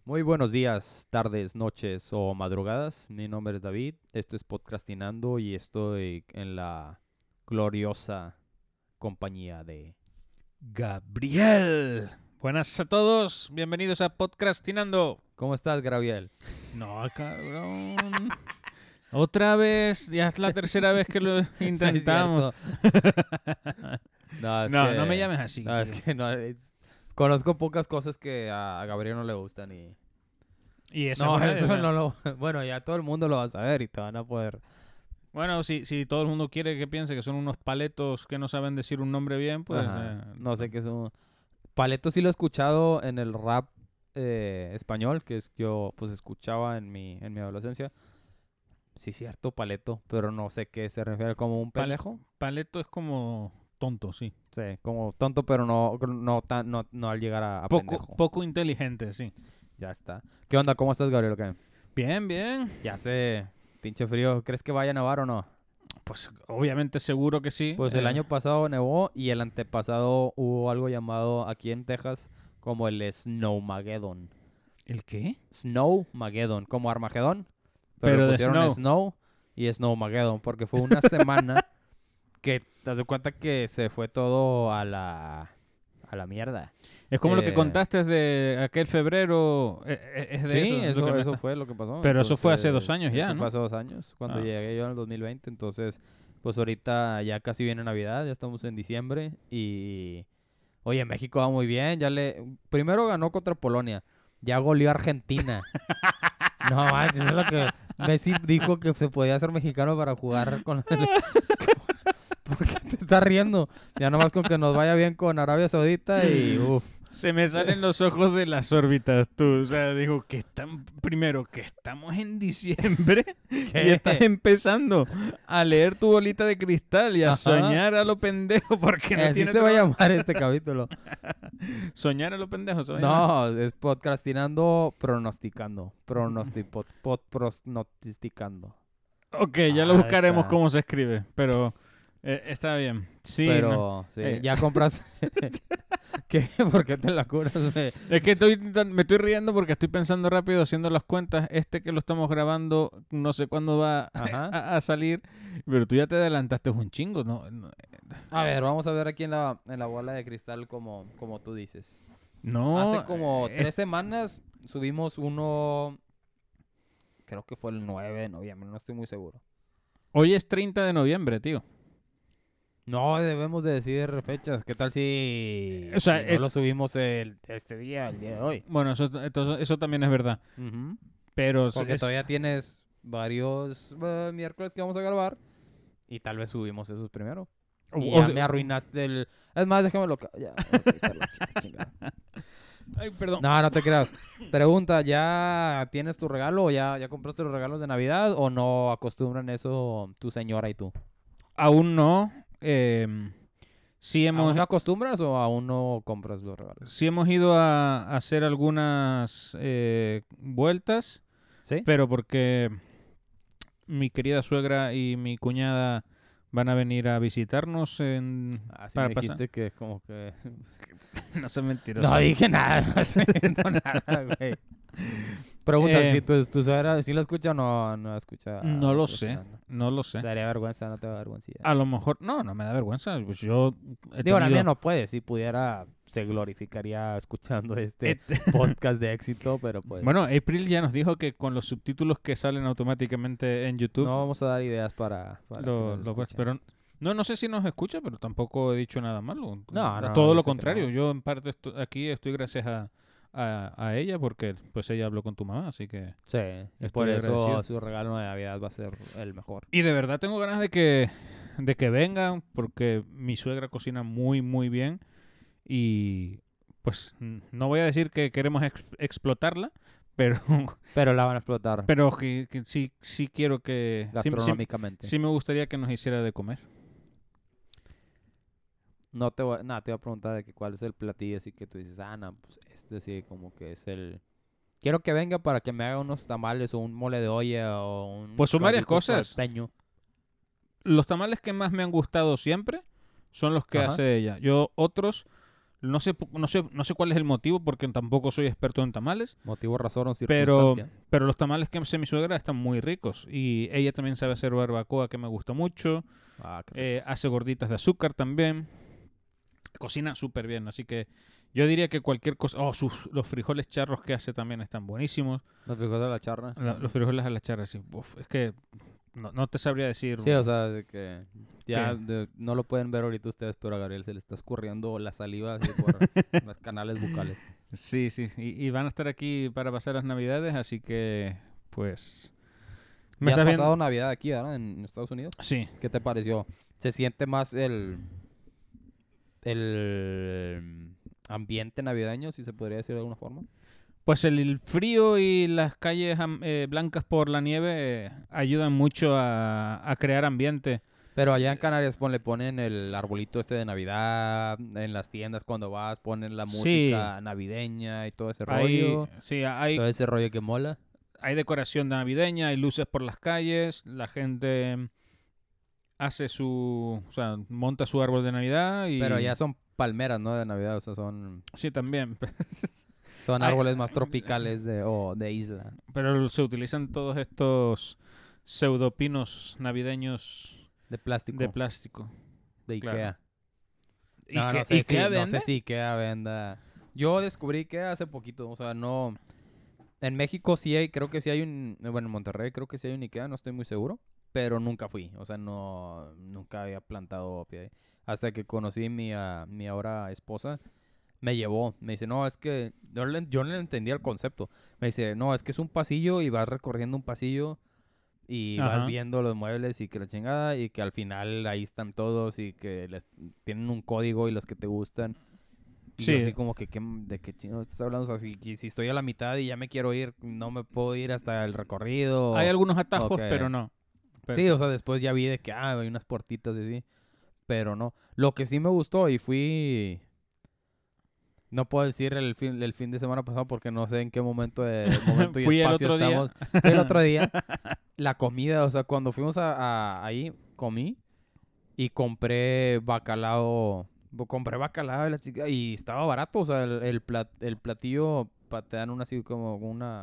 Muy buenos días, tardes, noches o madrugadas. Mi nombre es David, esto es Podcastinando y estoy en la gloriosa compañía de... Gabriel. Buenas a todos, bienvenidos a Podcastinando. ¿Cómo estás, Gabriel? No, cabrón. Otra vez, ya es la tercera vez que lo intentamos. No me llames así. No, es tío. que no, conozco pocas cosas que a Gabriel no le gustan y... Y eso, No, pues, eso no lo... Bueno, ya todo el mundo lo va a saber y te van a poder... Bueno, si todo el mundo quiere que piense que son unos paletos que no saben decir un nombre bien, pues... Ajá. No sé qué es un... Paleto sí lo he escuchado en el rap español, que es yo pues escuchaba en mi adolescencia. Sí, cierto, paleto, pero no sé qué se refiere, como un pendejo. Paleto es como tonto, sí. Sí, como tonto, pero no al llegar a pendejo. Poco inteligente, sí. Ya está. ¿Qué onda? ¿Cómo estás, Gabriel? ¿Qué? Bien, bien. Ya sé, pinche frío. ¿Crees que vaya a nevar o no? Pues obviamente seguro que sí. Pues el año pasado nevó y el antepasado hubo algo llamado aquí en Texas como el Snowmageddon. ¿El qué? Snowmageddon, como Armagedón. Pero le de pusieron snow. y Snowmageddon, porque fue una semana que te das cuenta que se fue todo a la mierda. Es como lo que contaste de aquel febrero. Es de Sí, eso. eso fue lo que pasó. Pero eso fue hace 2 años ya, Eso ¿no? fue hace 2 años, cuando Ah. llegué yo en el 2020. Entonces, pues ahorita ya casi viene Navidad, ya estamos en diciembre y... Oye, México va muy bien, primero ganó contra Polonia, ya goleó a Argentina. No manches, es lo que Messi dijo que se podía ser mexicano para jugar con... ¿Por qué te estás riendo? Ya nomás con que nos vaya bien con Arabia Saudita y uff. Se me salen los ojos de las órbitas, tú. O sea, digo que primero que estamos en diciembre y estás empezando a leer tu bolita de cristal y a soñar a lo pendejo porque no Así tiene se va a llamar este capítulo. Soñar a lo pendejo, ¿se va a llamar? No, es podcastinando, pronosticando. Pronosticando. Ok, ya lo buscaremos Está. cómo se escribe, pero está bien. Sí, Pero, no. sí, ya compraste. ¿Qué? ¿Por qué te la curas? Es que me estoy riendo porque estoy pensando rápido, haciendo las cuentas. Que lo estamos grabando, no sé cuándo va a salir, pero tú ya te adelantaste un chingo, ¿no? A ver, vamos a ver aquí en la bola de cristal como tú dices. No. Hace como 3 semanas subimos uno, creo que fue el 9 de noviembre, no estoy muy seguro. Hoy es 30 de noviembre, tío. No debemos de decir fechas. ¿Qué tal si, O sea, si no lo subimos el día de hoy? Bueno, eso también es verdad. Ujú. Pero Porque todavía tienes varios miércoles que vamos a grabar y tal vez subimos esos primero. Y ya me arruinaste el... Es más, déjamelo... Ya, chingada. Ay, perdón. No te creas. Pregunta, ¿ya tienes tu regalo o ya compraste los regalos de Navidad o no acostumbran eso tu señora y tú? Aún no. Sí ¿Aún no acostumbras o aún no compras los regalos? Sí hemos ido a hacer algunas vueltas. ¿Sí? Pero porque mi querida suegra y mi cuñada van a venir a visitarnos para me dijiste que como que... No sé, mentiroso. No dije nada, no estoy diciendo nada, güey. Pregunta, si tu suegra sí lo escucha o no escucha. No lo sé, no lo sé. ¿Te daría vergüenza? ¿No te da vergüenza? A lo mejor, no me da vergüenza. Pues yo Digo, la mía no puede. Si pudiera, se glorificaría escuchando este podcast de éxito, pero pues... Bueno, April ya nos dijo que con los subtítulos que salen automáticamente en YouTube... No vamos a dar ideas para pero no sé si nos escucha, pero tampoco he dicho nada malo. No, todo lo contrario. Yo en parte aquí estoy gracias a ella porque pues ella habló con tu mamá, así que... Sí, y por eso agradecido. su regalo de Navidad va a ser el mejor. Y de verdad tengo ganas de que vengan porque mi suegra cocina muy, muy bien y pues no voy a decir que queremos explotarla, pero... Pero la van a explotar. Pero que sí quiero que... Gastronómicamente. Sí me gustaría que nos hiciera de comer. Te voy a preguntar de que cuál es el platillo así que tú dices, no, pues sí como que es el... Quiero que venga para que me haga unos tamales o un mole de olla o un... Pues son varias cosas. Salteño. Los tamales que más me han gustado siempre son los que Ajá. hace ella. Yo otros No sé cuál es el motivo, porque tampoco soy experto en tamales. Motivo, razón o Pero circunstancia. los tamales que hace mi suegra están muy ricos. Y ella también sabe hacer barbacoa, que me gusta mucho. Ah, qué rico. Hace gorditas de azúcar también. Cocina súper bien. Así que yo diría que cualquier cosa... los frijoles charros que hace también están buenísimos. Los frijoles de la charra. Los frijoles a la charra, sí. Uf, es que no te sabría decir... Sí, o sea, de que ya ¿Qué? no lo pueden ver ahorita ustedes, pero a Gabriel se le está escurriendo la saliva así por los canales bucales. Sí. Y van a estar aquí para pasar las Navidades, así que, pues... ¿Ya has estás viendo? pasado Navidad aquí, ¿verdad? En Estados Unidos. Sí. ¿Qué te pareció? ¿Se siente más el ambiente navideño, si se podría decir de alguna forma? Pues el frío y las calles blancas por la nieve ayudan mucho a crear ambiente. Pero allá en Canarias le ponen el arbolito este de Navidad, en las tiendas cuando vas ponen la Sí. música navideña y todo ese rollo. Todo ese rollo que mola. Hay decoración navideña, hay luces por las calles, la gente hace monta su árbol de Navidad y... Pero ya son palmeras, ¿no? De Navidad, o sea, son Sí, también. árboles más tropicales de isla. Pero se utilizan todos estos pseudopinos navideños De plástico. de plástico. De claro. Ikea. ¿Y No, qué, no sé si, Ikea no vende? sé si Ikea venda. Yo descubrí Ikea hace poquito, o sea, no... En México sí hay, creo que sí hay bueno, en Monterrey creo que sí hay un Ikea, no estoy muy seguro, pero nunca fui, o sea, nunca había plantado pie ahí. Hasta que conocí mi ahora esposa, me llevó, me dice, no, es que yo no le entendía el concepto. Me dice, no, es que es un pasillo y vas recorriendo un pasillo y vas Ajá. viendo los muebles y que la chingada y que al final ahí están todos y que tienen un código y los que te gustan. Y yo Sí. así como que, ¿de qué chingados estás hablando? O sea, si estoy a la mitad y ya me quiero ir, no me puedo ir hasta el recorrido. Hay algunos atajos, Ok. pero no. Sí, o sea, después ya vi de que, hay unas puertitas y así. Pero no. Lo que sí me gustó y fui... No puedo decir el fin de semana pasado porque no sé en qué momento y Fui el espacio otro día. estamos. Fui el otro día. La comida, o sea, cuando fuimos ahí, comí y compré bacalao. Compré bacalao y la chica y estaba barato, o sea, el platillo te dan así como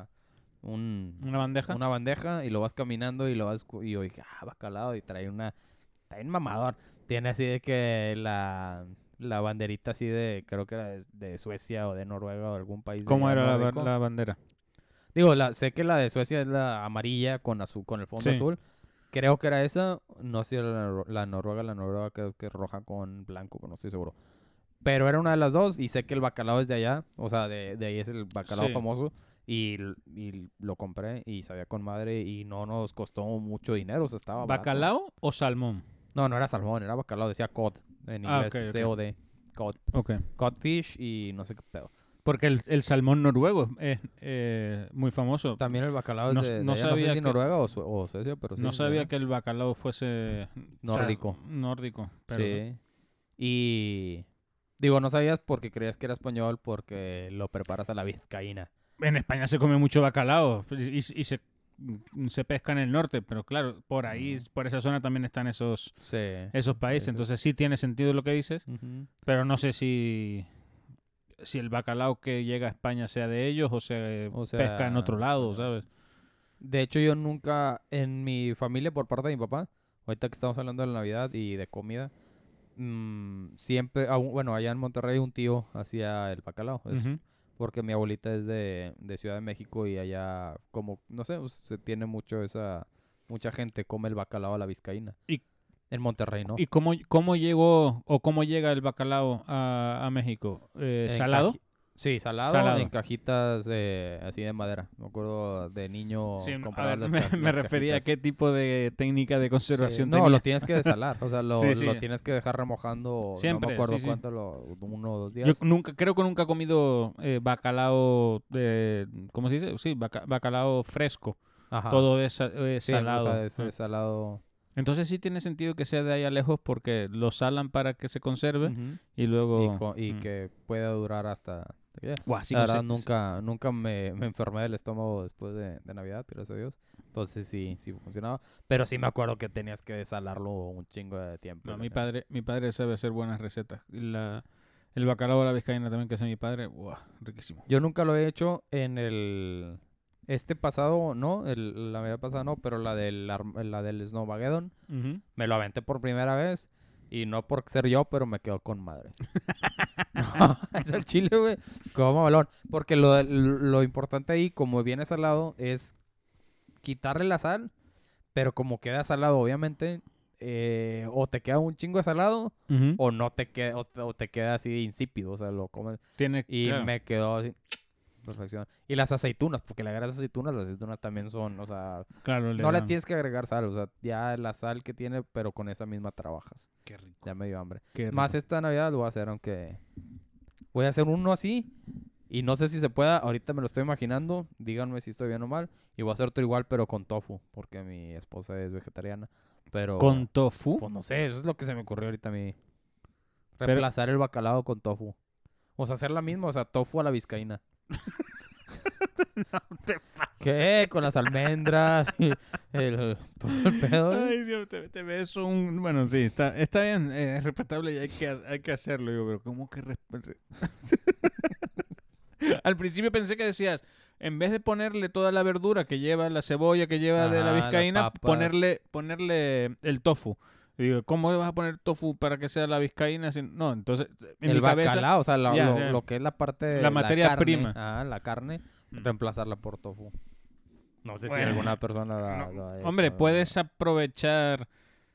¿Una bandeja? una bandeja y lo vas caminando y y yo dije, bacalao y trae está bien mamador. Tiene así de que la banderita así de, creo que era de Suecia o de Noruega o algún país ¿Cómo de era nórdico. la bandera? Digo, sé que la de Suecia es la amarilla con el fondo Sí. azul. Creo que era esa. No sé si era la Noruega creo que es roja con blanco, no estoy seguro. Pero era una de las dos y sé que el bacalao es de allá. O sea, de ahí es el bacalao Sí. famoso. Y lo compré y sabía con madre y no nos costó mucho dinero. O sea, estaba barato. ¿Bacalao o salmón? No era salmón, era bacalao. Decía cod en inglés. Ok. C-O-D. Cod. Ok. Codfish y no sé qué pedo. Porque el salmón noruego es muy famoso. También el bacalao es No- de no allá. No sabía sé si que- Noruega o Suecia, pero sí. No es de sabía allá. que el bacalao fuese... Nórdico. Nórdico. Pero Sí. Y digo, no sabías porque creías que era español porque lo preparas a la vizcaína. en España se come mucho bacalao y se pesca en el norte, pero claro, por ahí, por esa zona también están esos Sí. países. Entonces sí tiene sentido lo que dices, Ujú. pero no sé si el bacalao que llega a España sea de ellos o se O sea, pesca en otro lado, ajá. ¿sabes? De hecho, yo nunca, en mi familia, por parte de mi papá, ahorita que estamos hablando de la Navidad y de comida, siempre, bueno, allá en Monterrey un tío hacía el bacalao. Ujú. Porque mi abuelita es de Ciudad de México y allá, como, no sé, se tiene mucho mucha gente come el bacalao a la vizcaína. Y- En Monterrey, ¿no? ¿Y cómo llegó o cómo llega el bacalao a México? En ¿Salado? Sí, salado, Salado. en cajitas así de madera. Me acuerdo de niño Sí, a comprar ver, las me refería a cajitas. qué tipo de técnica de Sí, conservación no, tenía. lo tienes que desalar. O sea, Sí, sí. lo tienes que dejar remojando. Siempre, No me acuerdo sí, sí. cuánto, 1 o 2 días. Yo creo que nunca he comido bacalao ¿cómo se dice? Sí, bacalao fresco. Ajá. Todo es Sí, salado. O sea, ese salado. Entonces sí tiene sentido que sea de ahí a lejos porque lo salan para que se conserve Ujú. y luego... Y que pueda durar hasta que ya. Buah, sí, La no verdad, sé. nunca me enfermé del estómago después de Navidad, gracias a Dios. Entonces sí funcionaba. Pero sí me acuerdo que tenías que desalarlo un chingo de tiempo. No, la cara. mi padre sabe hacer buenas recetas. El bacalao a la vizcaína también que hace mi padre. ¡Buah! Riquísimo. Yo nunca lo he hecho en el... pasado, no, la Navidad pasada no, pero la del Snowmageddon, Ujú. me lo aventé por primera vez. Y no por ser yo, pero me quedó con madre. No, es el chile, güey. Como balón. Porque lo importante ahí, como viene salado, es quitarle la sal. Pero como queda salado, obviamente, o te queda un chingo de salado, Ujú. o no te queda, o te queda así insípido. O sea, lo comes. Tiene, Y claro. me quedó así. Perfección. Y las aceitunas, porque le agregas aceitunas, las aceitunas también son, o sea, Claro, no le dan- tienes que agregar sal, o sea, ya la sal que tiene, pero con esa misma trabajas. Qué rico. Ya me dio hambre. Qué rico. Más esta Navidad lo voy a hacer, aunque voy a hacer uno así y no sé si se pueda, ahorita me lo estoy imaginando, díganme si estoy bien o mal, y voy a hacer otro igual pero con tofu, porque mi esposa es vegetariana, pero ¿Con tofu? pues no sé, eso es lo que se me ocurrió ahorita a mí. Pero- Reemplazar el bacalao con tofu. O sea, hacer la misma, o sea, tofu a la vizcaína. No te pases. ¿Qué? Con las almendras y todo el pedo. Ay, Dios, te ves un... Bueno, sí, está bien, es respetable y hay que hacerlo. Digo, pero ¿cómo que Al principio pensé que decías, en vez de ponerle toda la verdura que lleva, la cebolla que lleva de la Ajá, las vizcaína, papas. ponerle el tofu. Y digo, ¿cómo vas a poner tofu para que sea la vizcaína? No, entonces, en El mi cabeza... bacalao, o sea, Ya. lo que es la parte... La materia carne, prima. Ajá, la carne, reemplazarla por tofu. No sé si Bueno, alguna persona no, lo ha hombre, hecho, puedes aprovechar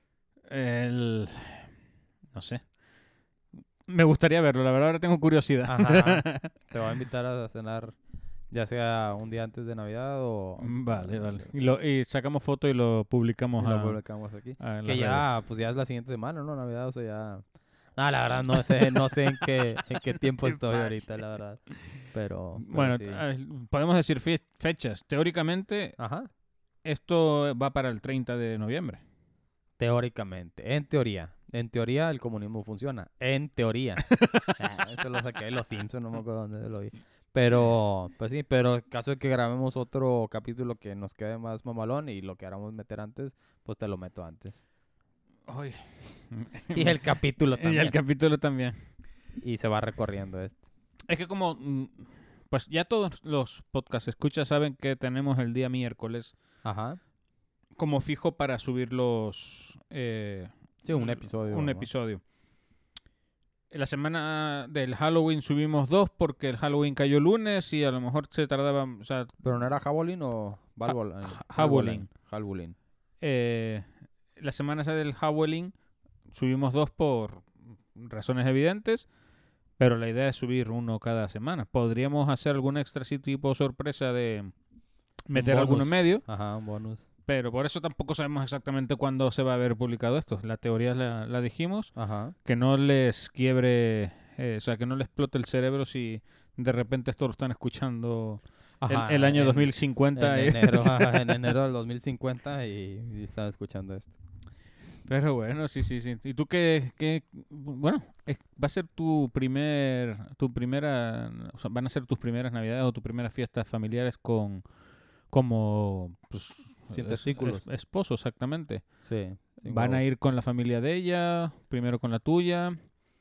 el... No sé. Me gustaría verlo, la verdad ahora tengo curiosidad. Ajá. Te voy a invitar a cenar, ya sea un día antes de Navidad o... Vale. Y sacamos foto y lo publicamos y lo publicamos aquí. en Que las ya, redes. pues ya es la siguiente semana, ¿no? Navidad, o sea, ya... No, la verdad no sé en qué tiempo ¿Qué estoy pasa? ahorita, la verdad. Pero Bueno, sí. podemos decir fechas. Teóricamente, Ajá. esto va para el 30 de noviembre. Teóricamente, en teoría el comunismo funciona, en teoría. Eso lo saqué de los Simpsons, no me acuerdo dónde lo vi. Pero, pues sí, pero en caso de que grabemos otro capítulo que nos quede más mamalón y lo que queramos meter antes, pues te lo meto antes. Ay. Y el capítulo Y también. el capítulo también. Y se va recorriendo esto. Es que como, pues ya todos los podcast escuchas saben que tenemos el día miércoles Ajá. como fijo para subir los... Sí, un episodio. Un ¿no? episodio. La semana del Halloween subimos 2 porque el Halloween cayó lunes y a lo mejor se tardaba... O sea, ¿Pero no era Jabolín o Jabolín. Jabolín. La semana esa del Halloween subimos 2 por razones evidentes, pero la idea es subir uno cada semana. Podríamos hacer algún extra así tipo sorpresa de meter Un alguno en bonus. medio, Ajá, un bonus. pero por eso tampoco sabemos exactamente cuándo se va a haber publicado esto. La teoría la dijimos, Ajá. que no les quiebre, o sea, que no les explote el cerebro si de repente esto lo están escuchando Ajá, el año 2050. En enero, ajá, en enero del 2050 y estaba escuchando esto. Pero bueno, sí. ¿Y tú bueno, va a ser tu primera, o sea, van a ser tus primeras navidades o tus primeras fiestas familiares como, pues, Sin testículos. esposo, exactamente. Sí. sin Van a huevos. ir con la familia de ella, primero con la tuya.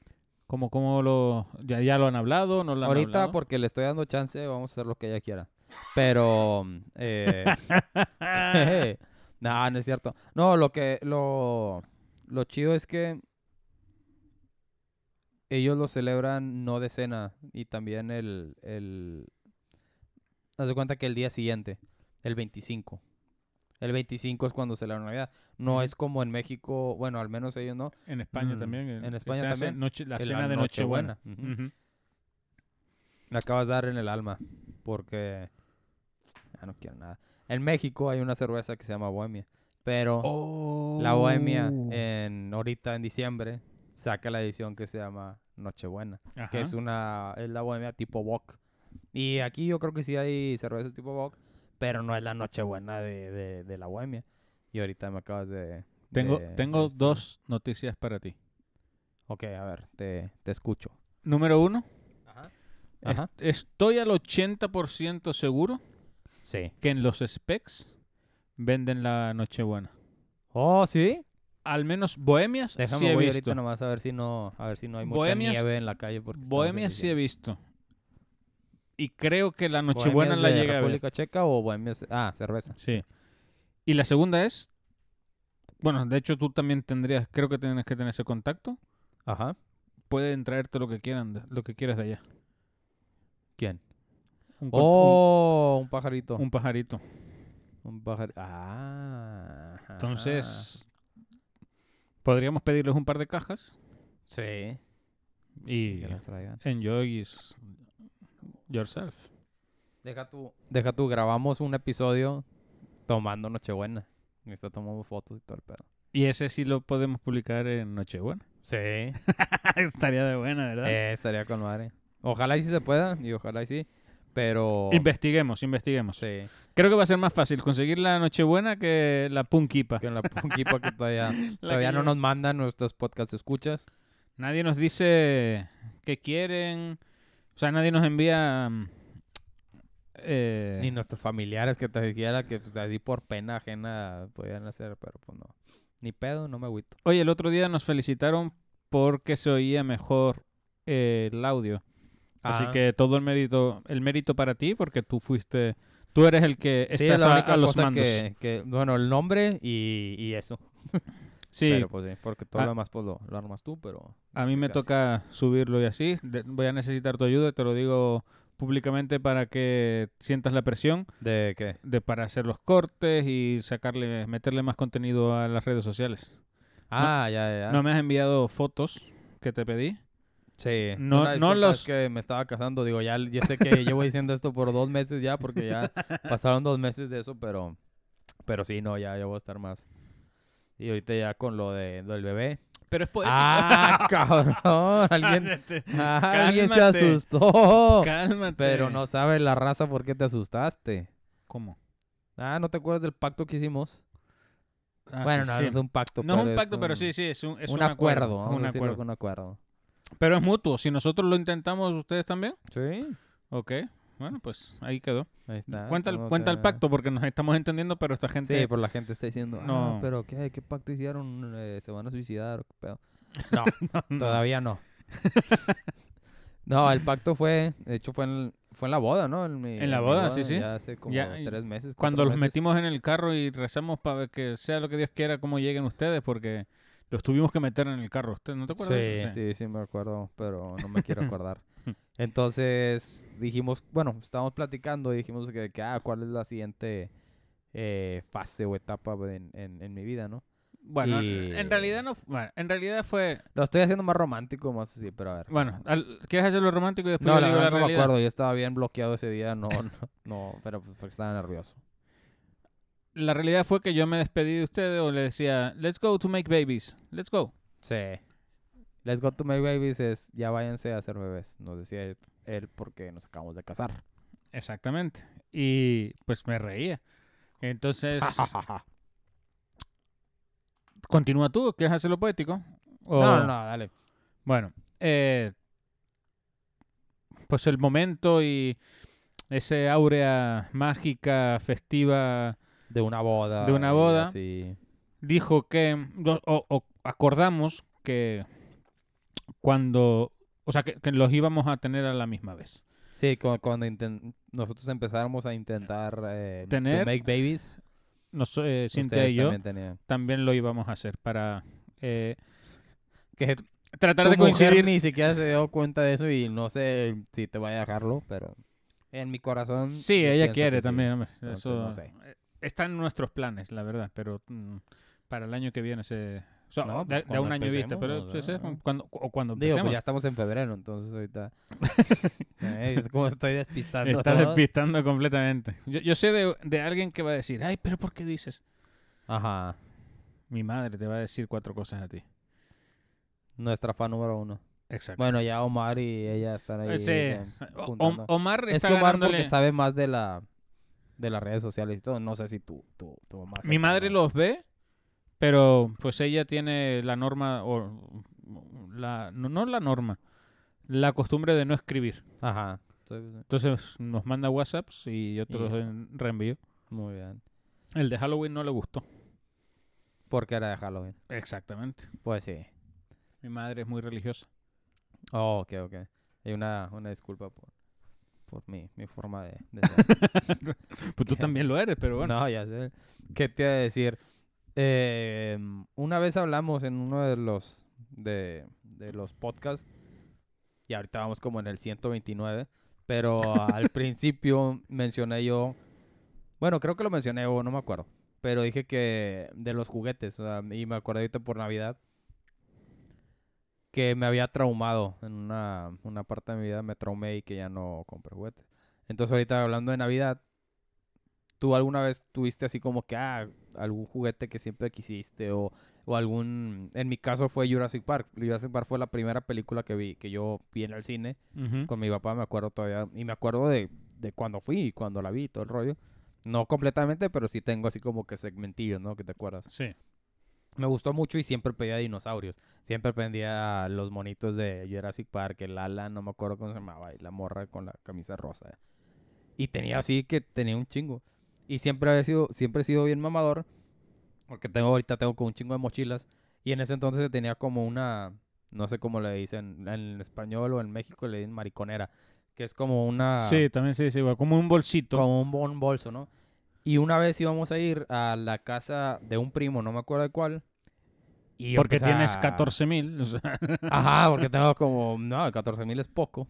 Ya lo han hablado? ¿No lo han Ahorita hablado? porque le estoy dando chance, vamos a hacer lo que ella quiera. Pero, no, no es cierto. No, lo chido es que ellos lo celebran no de cena y también haz de cuenta que el día siguiente, el 25. El 25 es cuando celebran Navidad. No Ujú. es como en México, bueno, al menos ellos no. En España también. En que España se hace también. la En cena la de Nochebuena. Nochebuena. Ujú. Ujú. Me acabas de dar en el alma porque ya no quiero nada. En México hay una cerveza que se llama Bohemia, pero la Bohemia ahorita en diciembre saca la edición que se llama Nochebuena, que es la Bohemia tipo Bock. Y aquí yo creo que sí hay cervezas tipo Bock, pero no es la Nochebuena de la Bohemia. Y ahorita me acabas de... Tengo dos noticias para ti. Ok, a ver, te escucho. Número 1. Ajá. Estoy al 80% seguro Sí. que en los specs venden la Nochebuena. Oh, ¿sí? al menos Bohemias Déjame sí he voy visto. ahorita nomás a ver si no hay mucha Bohemias- nieve en la calle. Porque estamos en Bohemias sí he diciembre. visto. Y creo que la Nochebuena ¿Bohemias la de llegué a ver. República Checa o Bohemias? Ah, cerveza. Sí. Y la segunda es, bueno, de hecho tú también creo que tienes que tener ese contacto. Ajá. Pueden traerte lo que quieran, lo que quieras de allá. ¿Quién? Un, Un pajarito. un pajarito. Un pajarito. Ah. ajá. Entonces, podríamos pedirles un par de cajas Sí. y Que las traigan. enjoy yourself. Deja tú, grabamos un episodio tomando Nochebuena. Y está tomando fotos y todo el pedo. Y ese sí lo podemos publicar en Nochebuena. Sí. Estaría de buena, ¿verdad? Estaría con madre. Ojalá y sí se pueda. Y ojalá y sí. Pero. Investiguemos. Sí. Creo que va a ser más fácil conseguir la Nochebuena que la Punkipa. Que en la Punkipa que todavía que no nos mandan nuestros podcast escuchas. Nadie nos dice qué quieren. O sea, nadie nos envía... Ni nuestros familiares que te dijera que pues, así por pena ajena podían hacer, pero pues no. Ni pedo, no me agüito. Oye, el otro día nos felicitaron porque se oía mejor el audio. Así Ah. que todo el mérito para ti, porque tú eres el que Sí, estás es la única a los cosa mandos. bueno, el nombre y eso. Sí, Pero pues sí, porque todo Ah. lo demás pues lo armas tú, pero... a mí me muchas toca subirlo y así. Voy a necesitar tu ayuda, te lo digo públicamente para que sientas la presión ¿De qué? para hacer los cortes y meterle más contenido a las redes sociales. Ah, ya. No me has enviado fotos que te pedí. Sí. No- Una no disculpa, los- es que me estaba casando. Digo, ya sé que llevo diciendo esto por 2 meses ya, porque ya pasaron 2 meses de eso, pero sí, no, ya voy a estar más. Y ahorita ya con lo del bebé. Pero es poético. ¡Ah, cabrón! Alguien se Cálmate. asustó. Cálmate. Pero no sabe la raza por qué te asustaste. ¿Cómo? Ah, ¿no te acuerdas del pacto que hicimos? Ah, Bueno, sí, no, sí. no es un pacto. No es pero un pacto, pero sí, es un un acuerdo. Vamos Un a decirlo acuerdo. que un acuerdo. Pero es mutuo. Si nosotros lo intentamos, ¿ustedes también? Sí. Ok. Bueno, pues ahí quedó. Ahí está. Cuenta ¿Cómo el te- pacto porque nos estamos entendiendo, pero esta gente... Sí, por la gente está diciendo, No. pero ¿qué pacto hicieron? ¿Se van a suicidar o qué pedo? No, no. todavía no. No, el pacto fue en la boda, ¿no? En la boda, sí, sí. Ya hace como Ya, 3 meses. Cuando 4 los meses. metimos en el carro y rezamos para que sea lo que Dios quiera, cómo lleguen ustedes, porque los tuvimos que meter en el carro. ¿Usted no te acuerdas de eso? Sí, me acuerdo, pero no me quiero acordar. Entonces dijimos, bueno, estábamos platicando y dijimos que ¿cuál es la siguiente fase o etapa en mi vida, no? Bueno, Y- en realidad no... Bueno, en realidad fue... Lo estoy haciendo más romántico, más así, pero a ver. Bueno, ¿quieres hacerlo romántico y después No, yo la digo verdad la no me realidad? acuerdo, yo estaba bien bloqueado ese día, no, pero pues porque estaba nervioso. La realidad fue que yo me despedí de ustedes o le decía, let's go to make babies, let's go. Sí. Let's go to make babies es, ya váyanse a hacer bebés, nos decía él porque nos acabamos de casar. Exactamente. Y pues me reía. Entonces, continúa tú, ¿quieres hacerlo poético? O- No, dale. Bueno, pues el momento y ese áurea mágica, festiva, De una boda. De una y boda. así. dijo que, o acordamos que cuando, o sea, que los íbamos a tener a la misma vez. Sí, cuando nosotros empezáramos a intentar Tener- to make babies, Cintia ustedes y yo también tenían. también lo íbamos a hacer para Que tratar tu de mujer coincidir. ni siquiera se dio cuenta de eso y no sé si te vaya a dejarlo, pero en mi corazón... Sí, yo ella pienso quiere que sí. también, hombre. Entonces, Eso no sé. está en nuestros planes, la verdad, pero para el año que viene o sea, No, de pues a un cuando año viste, empecemos, pero o sí, sea, cuando Digo, empecemos. pues ya estamos en febrero, entonces ahorita... Es como estoy despistando Está a todos. despistando completamente. Yo sé de alguien que va a decir, ay, pero ¿por qué dices? Ajá. Mi madre te va a decir 4 cosas a ti. Nuestra fan número 1. Exacto. Bueno, ya Omar y ella están ahí. sí. juntando. Omar Es está que Omar ganándole. porque sabe más de las redes sociales y todo. No sé si tu mamá Mi sepa, madre ¿no? los ve, pero pues ella tiene la norma, no la norma, la costumbre de no escribir. Ajá. Entonces nos manda WhatsApps y yo te los Ya. reenvío. Muy bien. El de Halloween no le gustó. Porque era de Halloween. Exactamente. Pues sí. Mi madre es muy religiosa. Oh, ok. Hay una disculpa por mi forma de ser. Pues tú también lo eres, pero bueno. No, ya sé. ¿Qué te iba a decir? Una vez hablamos en uno de los podcasts, y ahorita vamos como en el 129, pero al principio mencioné yo, bueno, creo que lo mencioné o no me acuerdo, pero dije que de los juguetes, o sea, y me acordé ahorita por Navidad, que me había traumado en una parte de mi vida, me traumé y que ya no compré juguetes. Entonces ahorita hablando de Navidad, ¿tú alguna vez tuviste así como que, algún juguete que siempre quisiste o algún... En mi caso fue Jurassic Park. Jurassic Park fue la primera película que yo vi en el cine Ujú. con mi papá, me acuerdo todavía. Y me acuerdo de cuando fui y cuando la vi y todo el rollo. No completamente, pero sí tengo así como que segmentillos, ¿no? Que te acuerdas. Sí. Me gustó mucho y siempre pedía dinosaurios. Siempre pedía los monitos de Jurassic Park, el Alan, no me acuerdo cómo se llamaba, y la morra con la camisa rosa. Y tenía así que tenía un chingo. Y siempre he sido bien mamador. Porque ahorita tengo como un chingo de mochilas. Y en ese entonces tenía como una, no sé cómo le dicen en español o en México le dicen mariconera. Que es como Sí, también sí, igual. Como un bolsito. como un bolso, ¿no? Y una vez íbamos a ir a la casa de un primo, no me acuerdo de cuál. Y yo Porque empecé tienes a... 14,000. O sea. Ajá, porque tengo como, no, 14,000 es poco.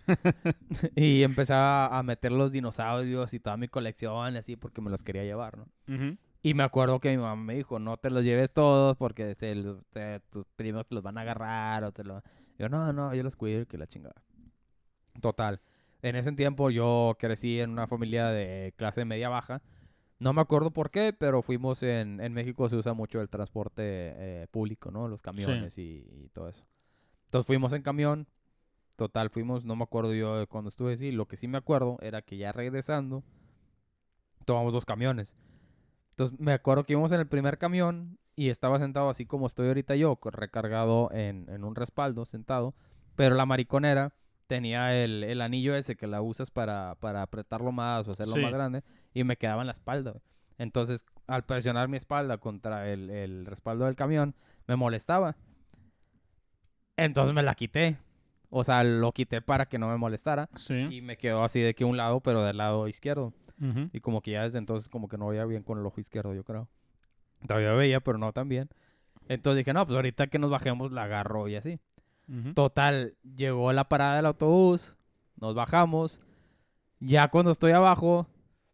Y empecé a meter los dinosaurios y toda mi colección y así porque me los quería llevar, ¿no? Ujú. Y me acuerdo que mi mamá me dijo, no te los lleves todos porque tus primos te los van a agarrar o te lo... Yo, no, yo los cuido y que la chingada. Total. En ese tiempo yo crecí en una familia de clase media baja. No me acuerdo por qué, pero fuimos en México se usa mucho el transporte público, ¿no? Los Sí. camiones y todo eso. Entonces fuimos en camión. Total, fuimos, no me acuerdo yo de cuando estuve así. Lo que sí me acuerdo era que ya regresando, tomamos dos camiones. Entonces me acuerdo que íbamos en el primer camión y estaba sentado así como estoy ahorita yo, recargado en un respaldo, sentado. Pero la mariconera tenía el anillo ese que la usas para apretarlo más o hacerlo más Sí. grande y me quedaba en la espalda, güey. Entonces, al presionar mi espalda contra el respaldo del camión, me molestaba. Entonces me la quité. O sea, lo quité para que no me molestara. Sí. Y me quedó así de que un lado, pero del lado izquierdo. Ujú. Y como que ya desde entonces como que no veía bien con el ojo izquierdo, yo creo. Todavía veía, pero no tan bien. Entonces dije, no, pues ahorita que nos bajemos la agarro y así. Ujú. Total, llegó la parada del autobús, nos bajamos. Ya cuando estoy abajo,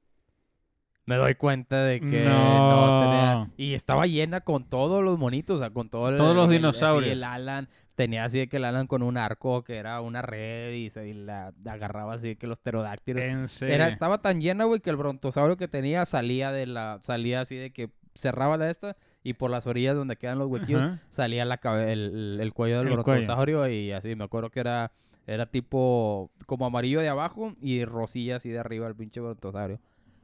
me doy cuenta de que no tenía... No. Y estaba llena con todos los monitos, o sea, con todo Todos los así el dinosaurios. Alan. Tenía así de que el Alan con un arco que era una red y la agarraba así de que los pterodáctilos. En serio. Estaba tan llena, güey, que el brontosaurio que tenía salía así de que cerraba la esta y por las orillas donde quedan los huequillos Ajá. salía el cuello del El cuello. brontosaurio y así. Me acuerdo que era tipo como amarillo de abajo y rosilla así de arriba el pinche brontosaurio.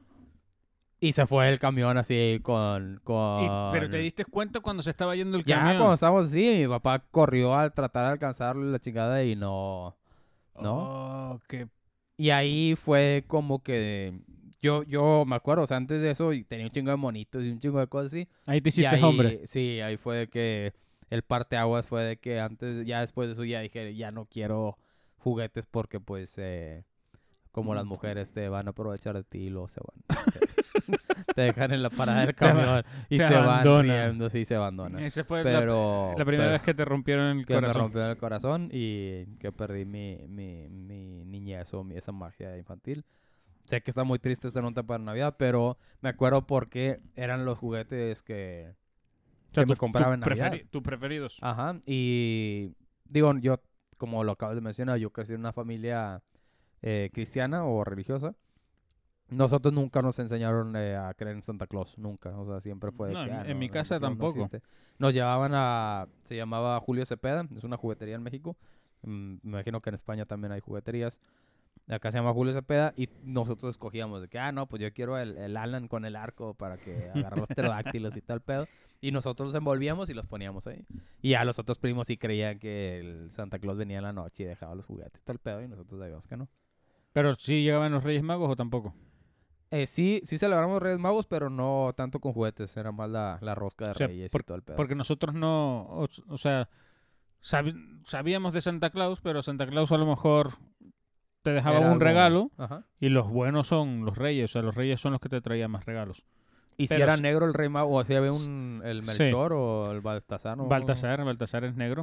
Y se fue el camión así Pero te diste cuenta cuando se estaba yendo el Ya camión. cuando estábamos así, mi papá corrió a tratar de alcanzarlo y la chingada y no... ¿No? Oh, qué. Y ahí fue como que... Yo me acuerdo, o sea, antes de eso y tenía un chingo de monitos y un chingo de cosas así. Ahí te Y hiciste ahí, hombre. sí, ahí fue de que el parteaguas fue de que antes, ya después de eso ya dije, ya no quiero juguetes porque pues como las mujeres te van a aprovechar de ti y luego se van. Te dejan en la parada del camión y te se van abandonan. riendo, sí se abandonan. Esa fue Pero, la primera pero vez que te rompieron el que me corazón. rompió el corazón y que perdí mi niñez o esa magia infantil. Sé que está muy triste esta nota para Navidad, pero me acuerdo porque eran los juguetes O sea, que me compraba en Navidad. tus preferidos. Ajá, y digo, yo, como lo acabas de mencionar, yo crecí en una familia cristiana o religiosa. Nosotros nunca nos enseñaron a creer en Santa Claus, nunca. O sea, siempre fue de No, que, en mi no, Santa casa Claus no tampoco. existe. Nos llevaban se llamaba Julio Cepeda, es una juguetería en México. Me imagino que en España también hay jugueterías. Acá se llama Julio Cepeda y nosotros escogíamos de que, no, pues yo quiero el Alan con el arco para que agarre los pterodáctilos y tal pedo. Y nosotros los envolvíamos y los poníamos ahí. Y ya los otros primos sí creían que el Santa Claus venía en la noche y dejaba los juguetes y tal pedo y nosotros sabíamos que no. Pero sí llegaban los Reyes Magos o tampoco. Sí celebramos Reyes Magos, pero no tanto con juguetes. Era más la rosca de O sea, Reyes y todo el pedo. porque nosotros no, o sea, sabíamos de Santa Claus, pero Santa Claus a lo mejor te dejaba Era un algo- regalo Ajá. y los buenos son los reyes. O sea, los reyes son los que te traían más regalos. Y si Pero era sí- negro el Rey Mago, o si había Sí. el Melchor o el Baltasar, ¿no? Baltasar es negro.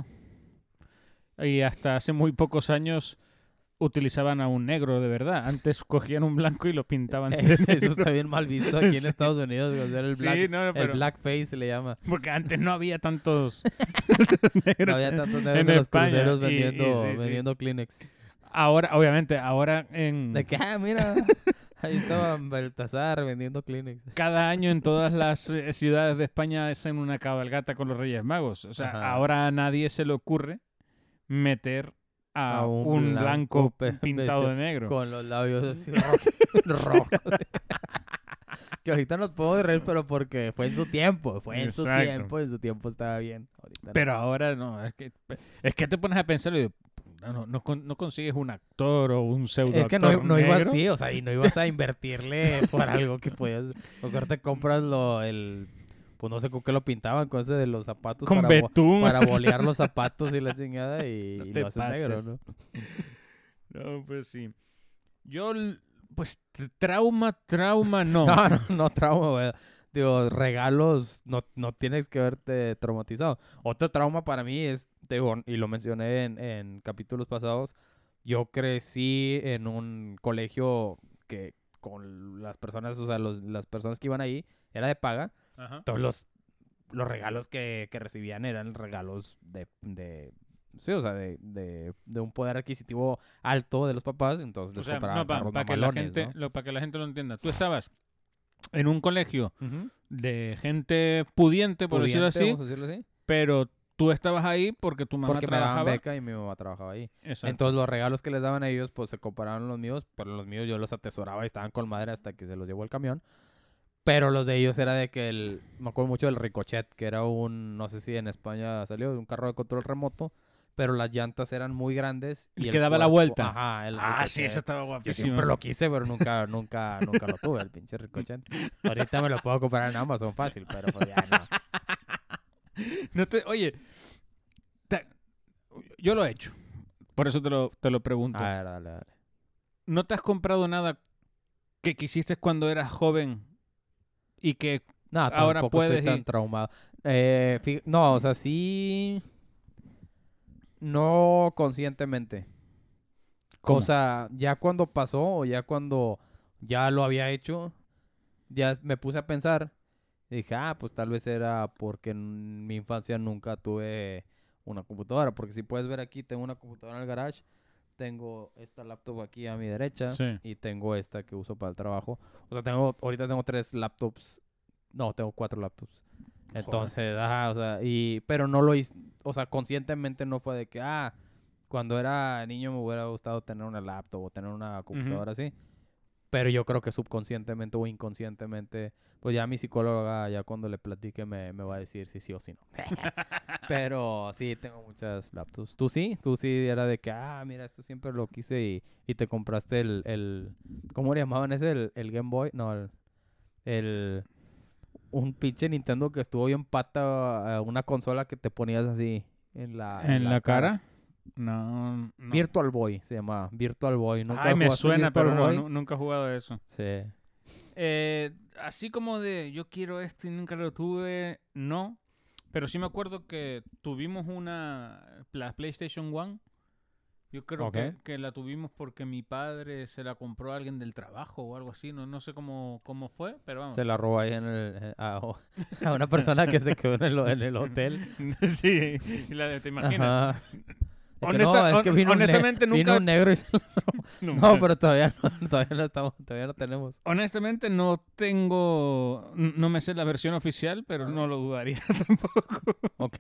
Y hasta hace muy pocos años utilizaban a un negro de verdad. Antes cogían un blanco y lo pintaban de negro. Eso está bien mal visto aquí en Sí. Estados Unidos. O sea, el Sí, black, pero blackface se le llama. porque antes no había tantos No negros había tantos negros en en los España, cruceros y sí. vendiendo Kleenex. Ahora, obviamente, ahora en De que, mira, ahí estaba Baltasar vendiendo Kleenex. cada año en todas las ciudades de España hacen una cabalgata con los Reyes Magos. O sea, Ajá. ahora a nadie se le ocurre meter a A un un blanco blanco pintado vestido de negro. Con los labios así rojos. Que ahorita nos podemos reír, pero porque fue en su tiempo. Exacto. En su tiempo estaba bien. Ahorita no. Pero ahora no, es que te pones a pensar y digo, no consigues un actor o un pseudo Es que actor no ibas negro. así, o sea, y no ibas a invertirle por algo que podías. Mejor te compras pues no sé con qué lo pintaban, con ese de los zapatos Con betún. para bolear los zapatos y la chingada y, No y te lo haces negro, pases. ¿no? No, pues sí. Yo, pues, trauma no. No trauma, güey. Digo, regalos, no tienes que verte traumatizado. Otro trauma para mí es, digo, y lo mencioné en capítulos pasados, yo crecí en un colegio que con las personas, o sea, las personas que iban ahí, era de paga. Ajá. Todos los regalos que recibían eran regalos sí, o sea, de un poder adquisitivo alto de los papás, entonces O les sea, compraban carros para que la mamalones, gente, ¿no? para que la gente lo entienda. Tú estabas en un colegio Ujú. de gente pudiente, por decirlo Pudiente, así, vamos a decirlo así. pero tú estabas ahí porque tu mamá Porque me daban trabajaba. beca y mi mamá trabajaba ahí. Exacto. Entonces los regalos que les daban a ellos, pues se comparaban los míos, pero los míos yo los atesoraba y estaban con madre hasta que se los llevó el camión. Pero los de ellos era de que me acuerdo mucho del Ricochet, que era no sé si en España salió, un carro de control remoto, pero las llantas eran muy grandes. El Y que daba la vuelta. Ajá, el Ah, sí, Ricochet. eso estaba Yo guapísimo. siempre lo quise, pero nunca lo tuve, el pinche Ricochet. Ahorita me lo puedo comprar en Amazon fácil, pero pues ya no. Oye, yo lo he hecho. Por eso te lo pregunto. A ver, dale. ¿No te has comprado nada que quisiste cuando eras joven y que No, ahora tampoco estoy puedes tan ir? traumado. No, o sea, sí. No conscientemente. ¿Cómo? O sea, ya cuando pasó o ya cuando ya lo había hecho, ya me puse a pensar. Y dije, pues tal vez era porque en mi infancia nunca tuve una computadora. Porque si puedes ver aquí, tengo una computadora en el garage. Tengo esta laptop aquí a mi derecha. Sí. Y tengo esta que uso para el trabajo. O sea, ahorita tengo 3 laptops. No, tengo 4 laptops. Entonces, o sea, pero no lo hice, o sea, conscientemente no fue de que, cuando era niño me hubiera gustado tener una laptop o tener una computadora así. Pero yo creo que subconscientemente o inconscientemente, pues ya mi psicóloga, ya cuando le platique, me va a decir si sí o si no. Pero sí, tengo muchas laptops. ¿Tú sí? Tú sí era de que, mira, esto siempre lo quise y te compraste ¿cómo le llamaban ese? El Game Boy. No, un pinche Nintendo que estuvo bien pata, una consola que te ponías así en la cara? No. Virtual Boy se llamaba, Virtual Boy. ¿Nunca Ay, me jugaste suena, Virtual pero Boy? nunca he jugado a eso. Sí. Así como de yo quiero esto y nunca lo tuve, no. Pero sí me acuerdo que tuvimos la PlayStation 1. Yo creo que la tuvimos porque mi padre se la compró a alguien del trabajo o algo así. No sé cómo fue, pero vamos. Se la robó ahí a una persona que se quedó en el hotel. Sí, ¿te imaginas? Ajá. Es que honestamente nunca... vino un negro y se lo robó. No, pero todavía no tenemos. Honestamente no me sé la versión oficial, pero no lo dudaría tampoco. Ok.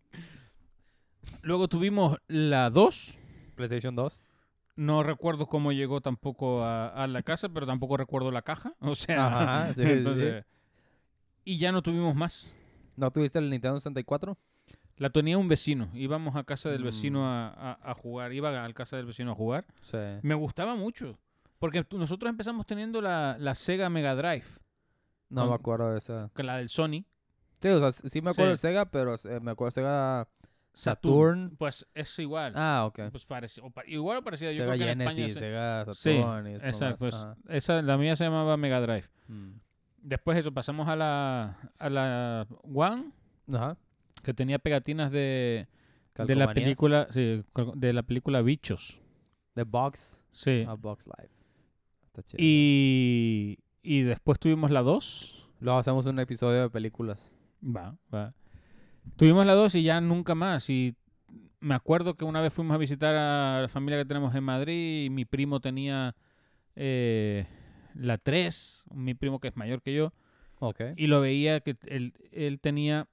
Luego tuvimos la 2. PlayStation 2. No recuerdo cómo llegó tampoco a la casa, pero tampoco recuerdo la caja. O sea, Ajá, sí, entonces... sí. Y ya no tuvimos más. ¿No tuviste el Nintendo 64? La tenía un vecino. Íbamos a casa del vecino a jugar. Iba a casa del vecino a jugar. Sí. Me gustaba mucho. Porque nosotros empezamos teniendo la Sega Mega Drive, No me acuerdo de esa. que la del Sony. Sí, o sea, sí me acuerdo Sí. de Sega, pero me acuerdo de Sega Saturn. Pues es igual. Ah, ok. Pues igual o parecida. Yo Sega creo que en España Genesis, Sega Sí, Saturn. y esas exacto. Pues mamadas. Ajá. la mía se llamaba Mega Drive. Mm. Después eso, pasamos a la One, Ajá. que tenía pegatinas de la Calcomanías. película, sí, de la película Bichos. The Box. Sí. Box Live. Está chido. Y después tuvimos la 2. Luego hacemos un episodio de películas. Va. Tuvimos la 2 y ya nunca más. Y me acuerdo que una vez fuimos a visitar a la familia que tenemos en Madrid y mi primo tenía la 3, mi primo que es mayor que yo, Ok. y lo veía que él tenía,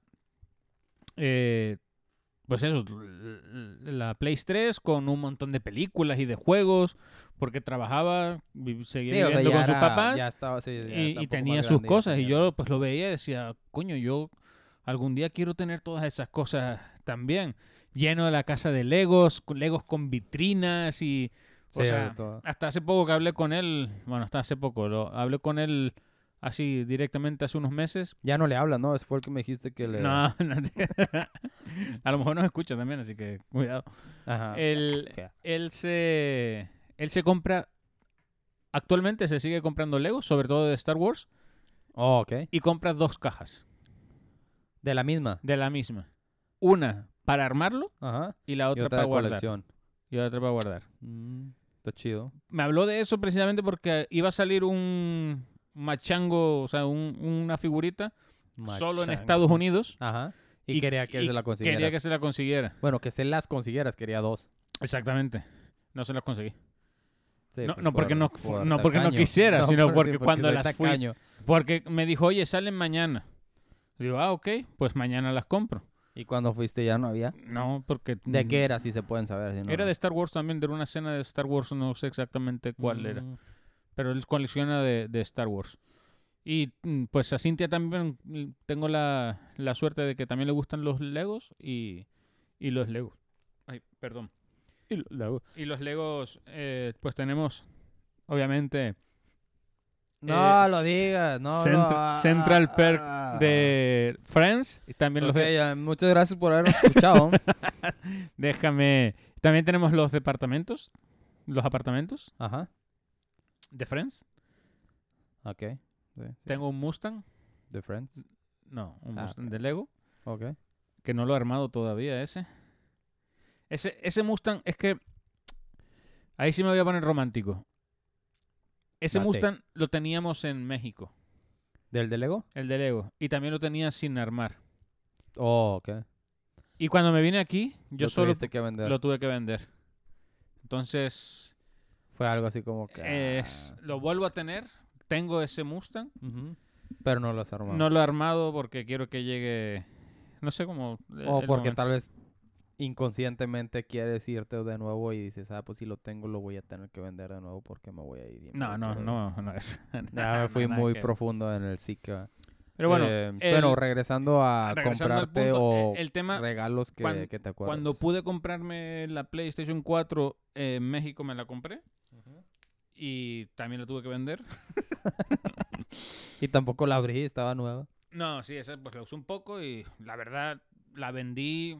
pues eso, la Play 3 con un montón de películas y de juegos, porque trabajaba, seguía viviendo con sus papás. Ya estaba, sí, ya Y está un poco tenía más sus grande, cosas. Y tenía- yo pues lo veía y decía, coño, yo algún día quiero tener todas esas cosas también. Lleno de la casa de Legos con vitrinas y... O Sí, sea, de todo. hasta hace poco que hablé con él, bueno, hasta hace poco, hablé con él así directamente hace unos meses. Ya no le hablas, ¿no? Fue el que me dijiste que le... No, a lo mejor nos escucha también, así que cuidado. Ajá. Él, Ok. él se compra, actualmente se sigue comprando Legos, sobre todo de Star Wars, Oh, ok. y compra 2 cajas De la misma. de la misma. Una para armarlo Ajá. y la Y otra otra para de guardar. colección. Y la otra para guardar. Está chido. Me habló de eso precisamente porque iba a salir un machango, o sea, una figurita solo en Machango. Estados Unidos. Ajá. Y quería que se la consiguieras. Quería que se la consiguiera. Bueno, que se las consiguieras. Quería 2. Exactamente. No se las conseguí. Sí, No, pues, no porque no porque no tacaño. quisiera, sino sí, porque cuando soy las fui... tacaño. Porque me dijo, oye, salen mañana. Digo, ok, pues mañana las compro. ¿Y cuando fuiste ya no había? No, porque... ¿De qué era? Si se pueden saber. Si no, Era de Star Wars también, de una escena de Star Wars, no sé exactamente cuál era. Mm. Pero él colecciona de Star Wars. Y pues a Cintia también tengo la suerte de que también le gustan los Legos y los Legos. Ay, perdón. Y los Legos, pues tenemos, obviamente... No lo digas, no. Central Perk de Friends. Y también los Ok, de... ya, muchas gracias por habernos escuchado. Déjame... También tenemos los departamentos. Los apartamentos Ajá. de Friends. Ok. Sí, sí. Tengo un Mustang. The Friends. No, un Ah, Mustang ok. de Lego. Ok. Que no lo he armado todavía ese. Ese Mustang es que... Ahí sí me voy a poner romántico. Ese Date. Mustang lo teníamos en México. ¿Del de Lego? El de Lego. Y también lo tenía sin armar. Oh, ok. Y cuando me vine aquí, yo Lo solo tuviste que vender. lo tuve que vender. Entonces, Fue algo así como que... lo vuelvo a tener. Tengo ese Mustang. Ujú. Pero no lo has armado. No lo he armado porque quiero que llegue... No sé cómo... O el porque momento. tal vez inconscientemente quieres irte de nuevo y dices, pues si lo tengo lo voy a tener que vender de nuevo porque me voy a ir. y me No quiero ir". es. Ya me fui Nada muy que ver. profundo en el Zika. Pero bueno, pero regresando a regresando al comprarte punto, o el tema... regalos cuan- que te acuerdas. Cuando pude comprarme la PlayStation 4 en México me la compré. Y también la tuve que vender. Y tampoco la abrí, estaba nueva. No, sí, esa pues la usé un poco y la verdad la vendí.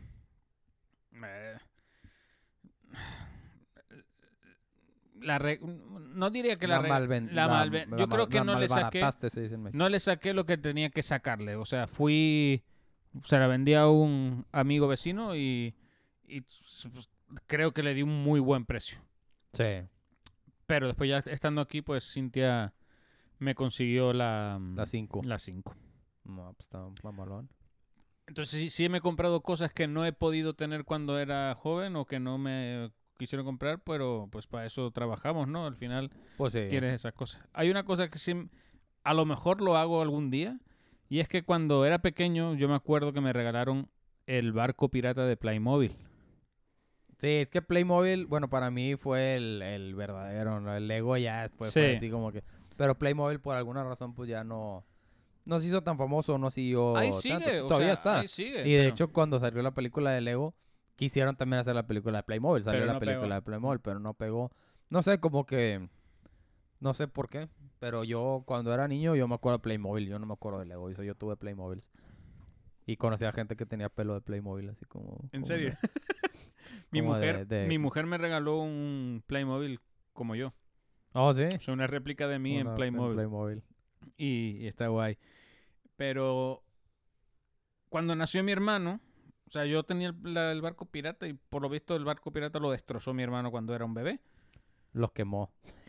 No diría que yo creo que no le saqué. Se dice en México. No le saqué lo que tenía que sacarle. O sea, se la vendí a un amigo vecino y pues, creo que le di un muy buen precio. Sí. Pero después ya estando aquí, pues Cintia me consiguió la 5. La 5. No, pues está mamalón. Entonces sí me he comprado cosas que no he podido tener cuando era joven o que no me quisieron comprar, pero pues para eso trabajamos, ¿no? Al final Pues sí. quieres esas cosas. Hay una cosa que sí, a lo mejor lo hago algún día, y es que cuando era pequeño yo me acuerdo que me regalaron el barco pirata de Playmobil. Sí, es que Playmobil, bueno, para mí fue el verdadero, ¿no? El Lego ya después Sí. fue así como que... Pero Playmobil por alguna razón pues ya no se hizo tan famoso, no siguió Ahí tanto. sigue, o Todavía sea, está. ahí sigue. Y de pero- hecho cuando salió la película de Lego, quisieron también hacer la película de Playmobil. Salió Pero la no película pegó. de Playmobil, pero no pegó. No sé, como que No sé por qué, pero yo cuando era niño yo me acuerdo de Playmobil, yo no me acuerdo de Lego, yo tuve Playmobiles. Y conocí a gente que tenía pelo de Playmobil, así como... ¿En como serio? de- Mi como mujer, de... mi mujer me regaló un Playmobil como yo. Oh, ¿sí? O sea, una réplica de mí en En Playmobil. Playmobil. Y está guay. Pero cuando nació mi hermano, o sea, yo tenía el barco pirata y por lo visto el barco pirata lo destrozó mi hermano cuando era un bebé. Los quemó.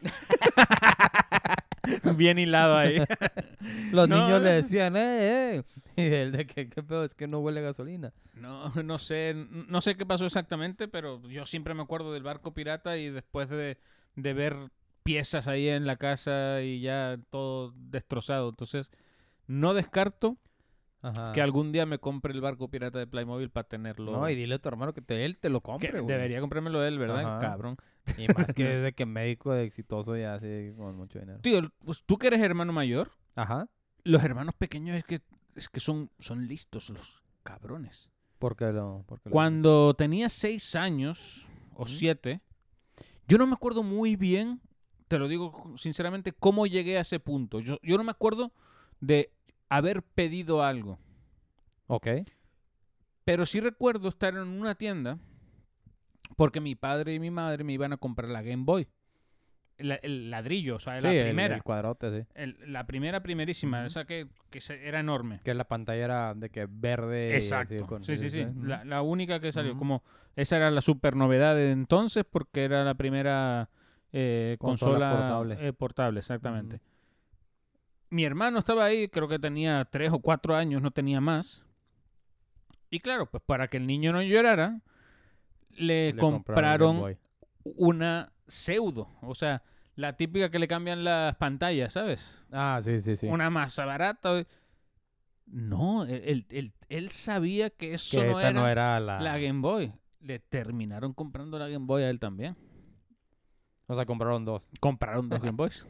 Bien hilado ahí. Los No, niños le decían, eh. Y él de que, ¿qué pedo? Es que no huele a gasolina. no sé qué pasó exactamente, pero yo siempre me acuerdo del barco pirata y después de ver piezas ahí en la casa y ya todo destrozado. Entonces, no descarto Ajá. que algún día me compre el barco pirata de Playmobil para No, tenerlo. y dile a tu hermano que él te lo Que compre, güey. debería comprármelo él, ¿verdad? El Ajá. cabrón. Y más que desde que médico de exitoso ya así con mucho dinero. Tío, pues tú que eres hermano mayor, Ajá. los hermanos pequeños es que son listos los cabrones. ¿Por qué lo dices? Cuando tenía 6 años o Ujú. 7, yo no me acuerdo muy bien, te lo digo sinceramente, cómo llegué a ese punto. Yo no me acuerdo de haber pedido algo. Ok. Pero sí recuerdo estar en una tienda porque mi padre y mi madre me iban a comprar la Game Boy. El ladrillo, o sea, Sí, la primera. el cuadrote, sí. La primerísima, Ujú. esa que era enorme. Que la pantalla era de que verde. Y así Exacto. con, Sí. Ujú. La única que salió. Ujú. Como esa era la super novedad de entonces porque era la primera Consola consola portable. portable, exactamente. Ujú. Mi hermano estaba ahí, creo que tenía 3 o 4 años, no tenía más. Y claro, pues para que el niño no llorara, le Le compraron el Game compraron Boy. una pseudo. O sea, la típica que le cambian las pantallas, ¿sabes? Ah, sí. Una masa barata. No, él sabía que eso Que no esa no era era la Game Boy. Le terminaron comprando la Game Boy a él también. O sea, compraron dos. Compraron 2 Game Boys.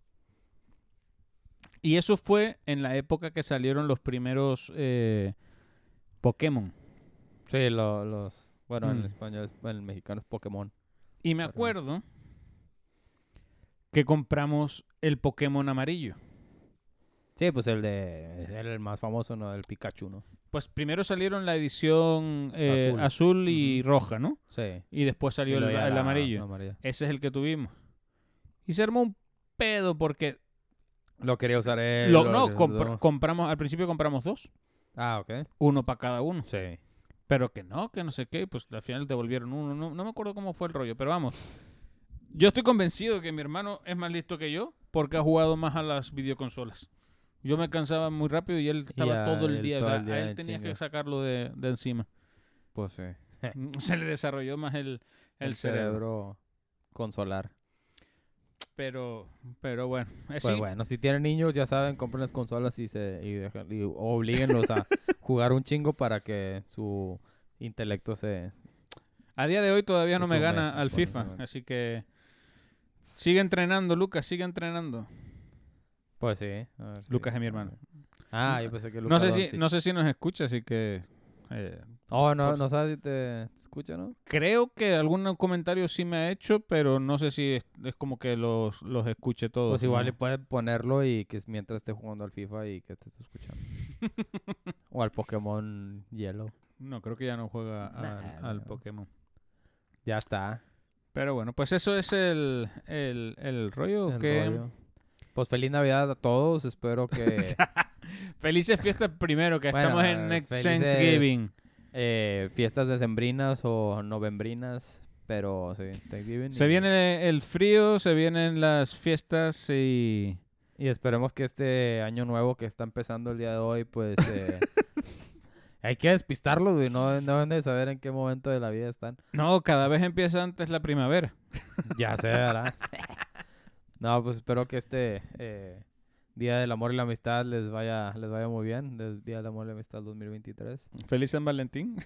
Y eso fue en la época que salieron los primeros Pokémon. Sí, los... Bueno, en Mm. español, en mexicano es Pokémon. Y me Pokémon. acuerdo que compramos el Pokémon amarillo. Sí, pues era el más famoso, ¿no? El Pikachu, ¿no? Pues primero salieron la edición Azul. azul y Ujú. roja, ¿no? Sí. Y después Y salió luego ya el la amarillo. amarilla. Ese es el que tuvimos. Y se armó un pedo porque... Lo quería usar él. compramos, al principio compramos 2. Ah, ok. Uno para cada uno. Sí. Pero que no sé qué. Pues al final devolvieron uno. No me acuerdo cómo fue el rollo. Pero vamos. Yo estoy convencido que mi hermano es más listo que yo porque ha jugado más a las videoconsolas. Yo me cansaba muy rápido y él estaba todo el día. O sea, a él en tenía que chinga. sacarlo de encima. Pues sí. Se le desarrolló más el cerebro. consolar. Pero bueno. Pues Sí, bueno, si tienen niños, ya saben, compren las consolas y oblíguenlos a jugar un chingo para que su intelecto se... a día de hoy todavía no me sume gana al FIFA. exponencialmente. Así que sigue entrenando, Lucas. Sigue entrenando. Pues sí. A ver si- Lucas es mi hermano. Ah, yo pensé que No Lucas sé Doncic. no sé si nos escucha, así que Oh, no, Por- no sabes si te escucha, ¿no? creo que algún comentario sí me ha hecho, pero no sé si es como que los escuche todos. Pues igual ¿no? le puede ponerlo y que es mientras esté jugando al FIFA y que te esté escuchando. O al Pokémon Yellow. No, creo que ya no juega al No. Pokémon. Ya está. Pero bueno, pues eso es el rollo. El que... rollo. Pues feliz Navidad a todos. Espero que Felices fiestas primero, que Bueno, estamos en Next felices- Thanksgiving. fiestas decembrinas o novembrinas. Pero sí, Thanksgiving. Se viene el frío, se vienen las fiestas y... Y esperemos que este año nuevo que está empezando el día de hoy, pues... hay que despistarlos, güey. No deben de saber en qué momento de la vida están. No, cada vez empieza antes la primavera. Ya sé, ¿verdad? No, pues espero que este Día del Amor y la Amistad les vaya muy bien. El Día del Amor y la Amistad 2023. Feliz San Valentín.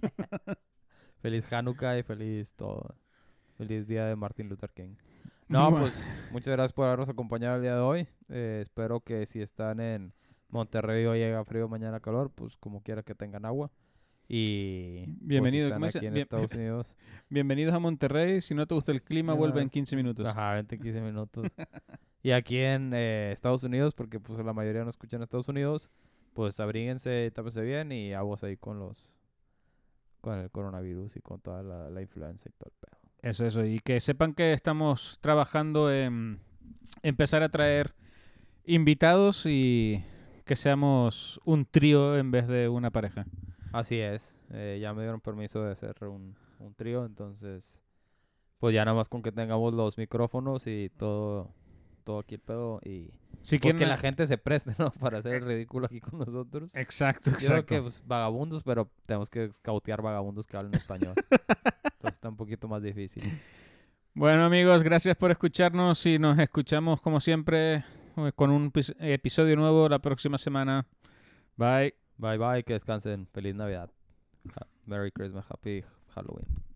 Feliz Hanukkah y feliz todo. Feliz Día de Martin Luther King. No, pues muchas gracias por habernos acompañado el día de hoy. Espero que si están en Monterrey hoy llega frío, mañana calor, pues como quiera que tengan agua. Y Bienvenido, pues, si están aquí en Estados Unidos. Bienvenidos a Monterrey. Si no te gusta el clima, vuelve en 15 minutos. Ajá, vente en 15 minutos. Y aquí en Estados Unidos, porque pues la mayoría no escuchan en Estados Unidos, pues abríguense, tápense bien y aguas ahí con el coronavirus y con toda la influenza y todo el pedo. Eso. Y que sepan que estamos trabajando en empezar a traer invitados y que seamos un trío en vez de una pareja. Así es. Ya me dieron permiso de hacer un trío, entonces pues ya nada más con que tengamos los micrófonos y todo aquí el pedo y Si pues que quieren la gente se preste, ¿no? Para hacer el ridículo aquí con nosotros. Exacto. Yo creo que pues, vagabundos, pero tenemos que cautear vagabundos que hablen español. Entonces está un poquito más difícil. Bueno, amigos, gracias por escucharnos y nos escuchamos como siempre con un episodio nuevo la próxima semana. Bye. Bye bye, que descansen. Feliz Navidad. Merry Christmas, Happy Halloween.